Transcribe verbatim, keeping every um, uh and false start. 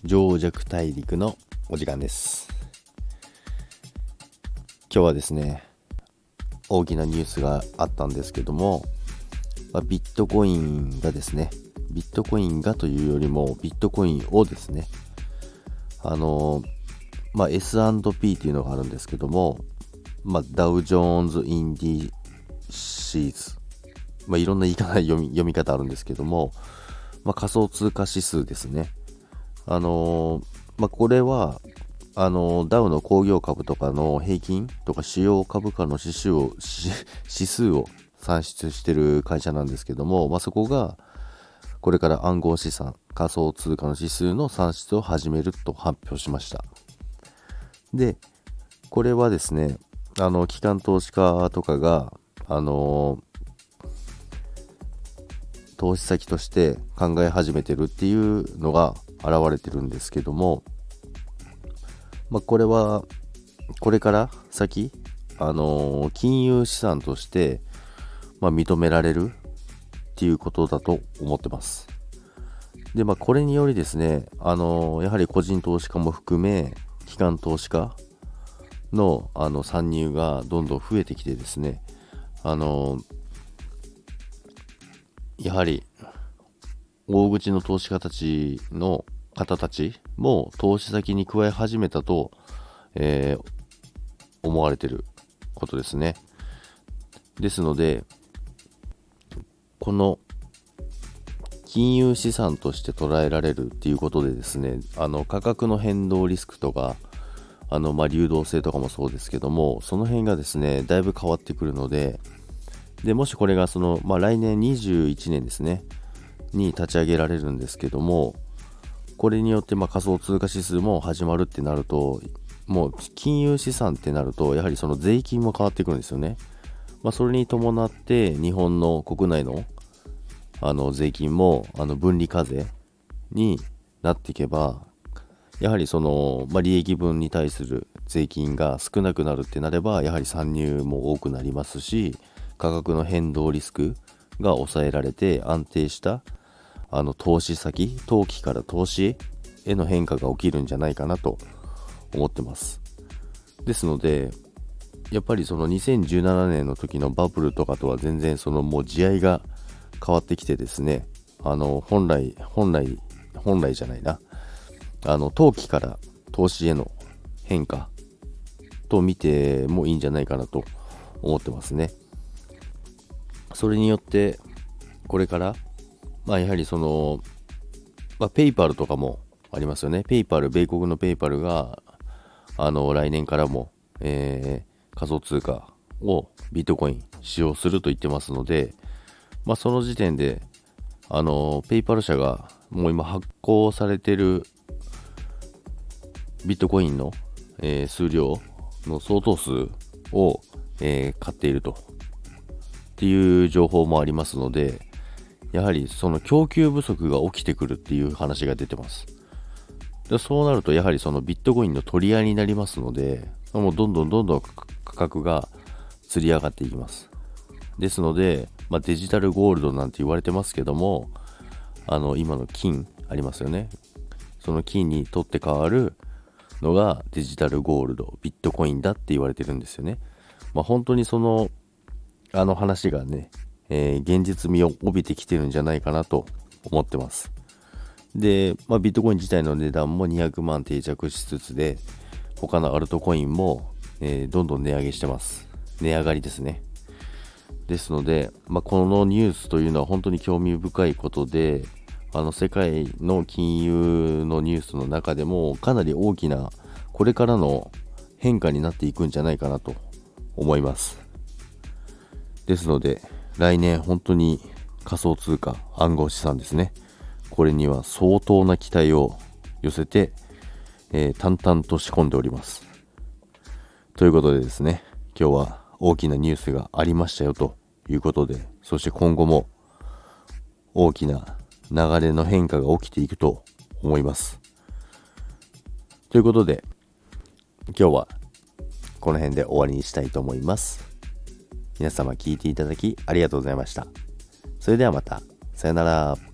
情弱大陸のお時間です。今日はですね、大きなニュースがあったんですけども、まあ、ビットコインがですね、ビットコインがというよりもビットコインをですね、あのまあ、エスアンドピー っていうのがあるんですけども、まあ、ダウジョーンズインディシーズ、まあ、いろんな言い方読み、読み方あるんですけども、まあ、仮想通貨指数ですね。あのーまあ、これはあのー、ダウの工業株とかの平均とか主要株価の指数を指数を算出している会社なんですけども、まあ、そこがこれから暗号資産仮想通貨の指数の算出を始めると発表しました。で、これはですね、あの機関投資家とかがあのー投資先として考え始めてるっていうのが現れてるんですけども、まあ、これはこれから先、あのー、金融資産として、まあ、認められるっていうことだと思ってます。で、まあ、これによりですね、あのー、やはり個人投資家も含め機関投資家の、あの参入がどんどん増えてきてですね、あのーやはり大口の投資家たちの方たちも投資先に加え始めたと、えー、思われていることですね。ですので、この金融資産として捉えられるっていうことでですね、あの価格の変動リスクとかあの、まあ、流動性とかもそうですけども、その辺がですねだいぶ変わってくるので、でもしこれがその、まあ、来年にじゅういちねんですねに立ち上げられるんですけども、これによってまあ仮想通貨指数も始まるってなると、もう金融資産ってなるとやはりその税金も変わってくるんですよね。まあ、それに伴って日本の国内のあの税金もあの分離課税になっていけば、やはりその、まあ、利益分に対する税金が少なくなるってなれば、やはり参入も多くなりますし、価格の変動リスクが抑えられて安定したあの投資先、投機から投資への変化が起きるんじゃないかなと思ってます。ですので、やっぱりそのにせんじゅうななねんの時のバブルとかとは全然そのもう地合いが変わってきてですね、あの本来本来本来じゃないなあの投機から投資への変化と見てもいいんじゃないかなと思ってますね。それによってこれからまあやはりその、まあ、ペイパルとかもありますよね。ペイパル、米国のペイパルがあの来年からも、えー、仮想通貨をビットコイン使用すると言ってますので、まあ、その時点であのペイパル社がもう今発行されてるビットコインの、えー、数量の相当数を、えー、買っているとっていう情報もありますので、やはりその供給不足が起きてくるっていう話が出てます。でそうなるとやはりそのビットコインの取り合いになりますので、もうどんどんどんどん価格がつり上がっていきます。ですので、まあ、デジタルゴールドなんて言われてますけども、あの今の金ありますよね。その金にとって変わるのがデジタルゴールド、ビットコインだって言われてるんですよね。まあ、本当にそのあの話がね、えー、現実味を帯びてきてるんじゃないかなと思ってます。で、まあ、ビットコイン自体の値段もにひゃくまん定着しつつで、他のアルトコインも、えー、どんどん値上げしてます。値上がりですね。ですので、まあ、このニュースというのは本当に興味深いことで、あの世界の金融のニュースの中でもかなり大きなこれからの変化になっていくんじゃないかなと思います。ですので来年本当に仮想通貨、暗号資産ですね、これには相当な期待を寄せて、えー、淡々と仕込んでおります。ということでですね、今日は大きなニュースがありましたよということで、そして今後も大きな流れの変化が起きていくと思います。ということで今日はこの辺で終わりにしたいと思います。皆様聞いていただきありがとうございました。それではまた。さよなら。